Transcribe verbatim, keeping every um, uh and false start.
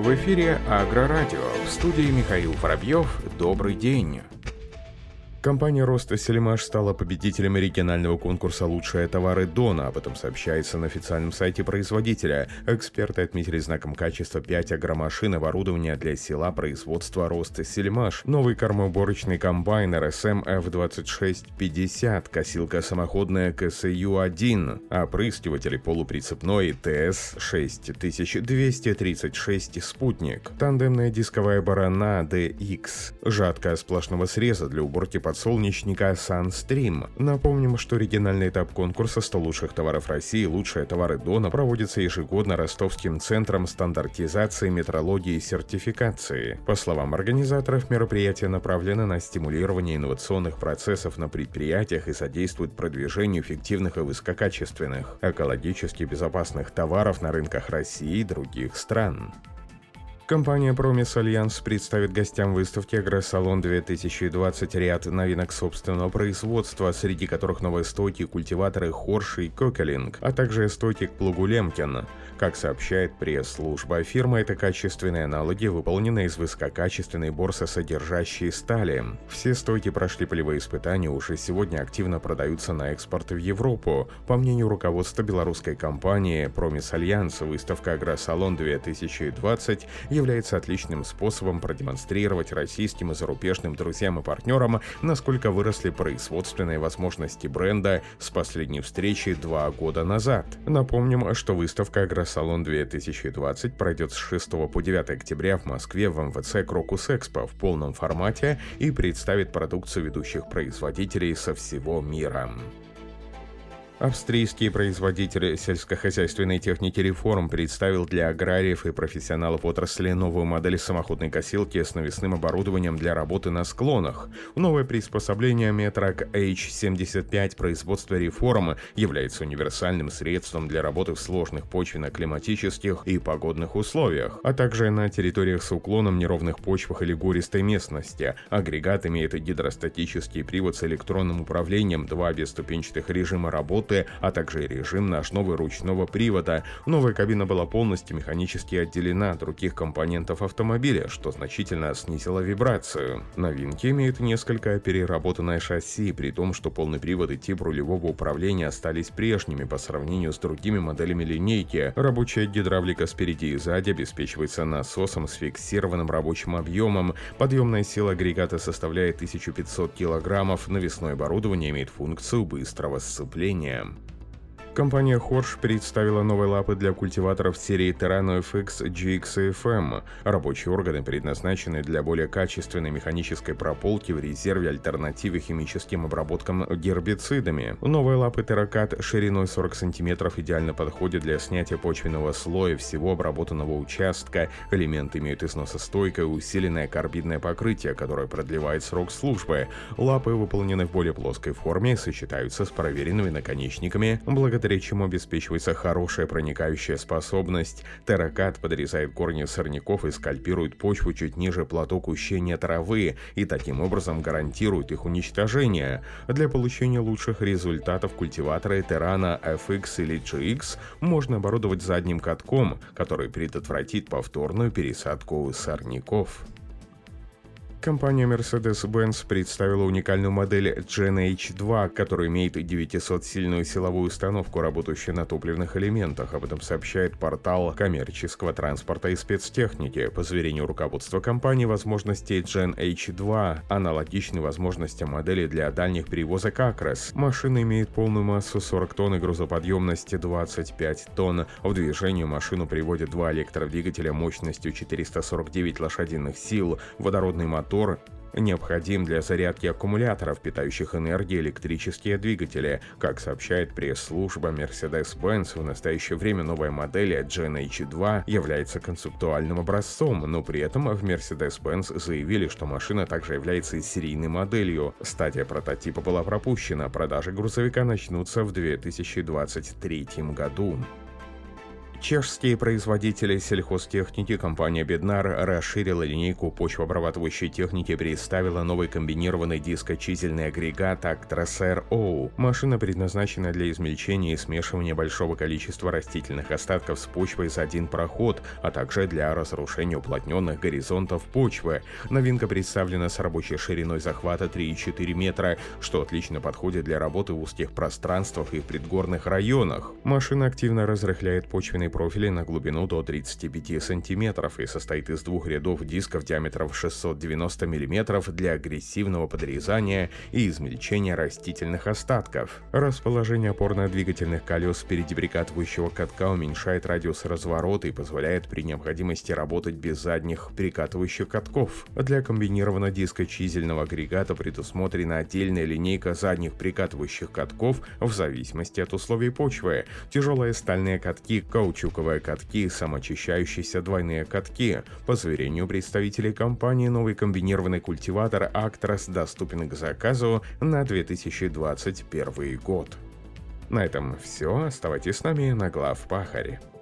В эфире Агрорадио. В студии Михаил Воробьев. Добрый день. Компания «Роста Сельмаш» стала победителем регионального конкурса «Лучшие товары Дона». Об этом сообщается на официальном сайте производителя. Эксперты отметили знаком качества пять агромашин оборудования для села производства «Роста Сельмаш». Новый кормоуборочный комбайн эр эс эм эф двадцать шесть пятьдесят, косилка самоходная ка эс ю один, опрыскиватели полуприцепной тэ эс шесть тысяч двести тридцать шесть «Спутник», тандемная дисковая барана дэ икс, жатка сплошного среза для уборки под солнечника Sunstream. Напомним, что региональный этап конкурса сто лучших товаров России «Лучшие товары Дона» проводится ежегодно Ростовским центром стандартизации, метрологии и сертификации. По словам организаторов, мероприятие направлено на стимулирование инновационных процессов на предприятиях и содействует продвижению эффективных и высококачественных, экологически безопасных товаров на рынках России и других стран. Компания Promis Alliance представит гостям выставки «Агросалон две тысячи двадцать» ряд новинок собственного производства, среди которых новые стойки и культиваторы Хорш и Кокелинг, а также стойки к плугу Лемкин. Как сообщает пресс-служба фирмы, это качественные аналоги, выполненные из высококачественной борсосодержащей стали. Все стойки прошли полевые испытания, уже сегодня активно продаются на экспорт в Европу. По мнению руководства белорусской компании Promis Alliance, выставка «Агросалон две тысячи двадцать» является отличным способом продемонстрировать российским и зарубежным друзьям и партнерам, насколько выросли производственные возможности бренда с последней встречи два года назад. Напомним, что выставка «Агросалон две тысячи двадцать» пройдет с шестого по девятое октября в Москве в эм вэ цэ Крокус Экспо в полном формате и представит продукцию ведущих производителей со всего мира. Австрийский производитель сельскохозяйственной техники «Реформ» представил для аграриев и профессионалов отрасли новую модель самоходной косилки с навесным оборудованием для работы на склонах. Новое приспособление Metrac эйч семьдесят пять производства «Реформ» является универсальным средством для работы в сложных почвенно-климатических и погодных условиях, а также на территориях с уклоном, неровных почвах или гористой местности. Агрегат имеет гидростатический привод с электронным управлением, два бесступенчатых режима работы, а также режим ножного и ручного привода. Новая кабина была полностью механически отделена от других компонентов автомобиля, что значительно снизило вибрацию. Новинки имеют несколько переработанное шасси, при том, что полный привод и тип рулевого управления остались прежними по сравнению с другими моделями линейки. Рабочая гидравлика спереди и сзади обеспечивается насосом с фиксированным рабочим объемом. Подъемная сила агрегата составляет тысячу пятьсот килограммов. Навесное оборудование имеет функцию быстрого сцепления. Компания Хорш представила новые лапы для культиваторов серии Terrano эф икс джи икс и эф эм. Рабочие органы предназначены для более качественной механической прополки в резерве альтернативы химическим обработкам гербицидами. Новые лапы Terracat шириной сорок сантиметров идеально подходят для снятия почвенного слоя всего обработанного участка. Элементы имеют износостойкое усиленное карбидное покрытие, которое продлевает срок службы. Лапы выполнены в более плоской форме и сочетаются с проверенными наконечниками, благодаря чему обеспечивается хорошая проникающая способность. Terracat подрезает корни сорняков и скальпирует почву чуть ниже плато кущения травы и таким образом гарантирует их уничтожение. Для получения лучших результатов культиваторы Terrano эф икс или джи икс можно оборудовать задним катком, который предотвратит повторную пересадку сорняков. Компания Mercedes-Benz представила уникальную модель джен эйч два, которая имеет девятисотсильную силовую установку, работающую на топливных элементах. Об этом сообщает портал коммерческого транспорта и спецтехники. По заверению руководства компании, возможности джен эйч два аналогичны возможностям модели для дальних перевозок Acros. Машина имеет полную массу сорок тонн и грузоподъемность двадцать пять тонн. В движение машину приводят два электродвигателя мощностью четыреста сорок девять лошадиных сил, водородный мотор необходим для зарядки аккумуляторов, питающих энергией электрические двигатели. Как сообщает пресс-служба Mercedes-Benz, в настоящее время новая модель джен эйч два является концептуальным образцом, но при этом в Mercedes-Benz заявили, что машина также является и серийной моделью. Стадия прототипа была пропущена, продажи грузовика начнутся в две тысячи двадцать третьем году. Чешские производители сельхозтехники компания Bednar расширила линейку почвообрабатывающей техники и представила новый комбинированный дискочизельный агрегат Actros эр о. Машина предназначена для измельчения и смешивания большого количества растительных остатков с почвой за один проход, а также для разрушения уплотненных горизонтов почвы. Новинка представлена с рабочей шириной захвата три и четыре метра, что отлично подходит для работы в узких пространствах и в предгорных районах. Машина активно разрыхляет почвенный профили на глубину до тридцати пяти сантиметров и состоит из двух рядов дисков диаметром шестьсот девяносто миллиметров для агрессивного подрезания и измельчения растительных остатков. Расположение опорно-двигательных колес впереди перекатывающего катка уменьшает радиус разворота и позволяет при необходимости работать без задних перекатывающих катков. Для комбинированного дискочизельного агрегата предусмотрена отдельная линейка задних перекатывающих катков в зависимости от условий почвы. Тяжелые стальные катки, каучуковые катки, самоочищающиеся двойные катки. По заверению представителей компании, новый комбинированный культиватор Actros доступен к заказу на две тысячи двадцать первый год. На этом все. Оставайтесь с нами на Главпахаре.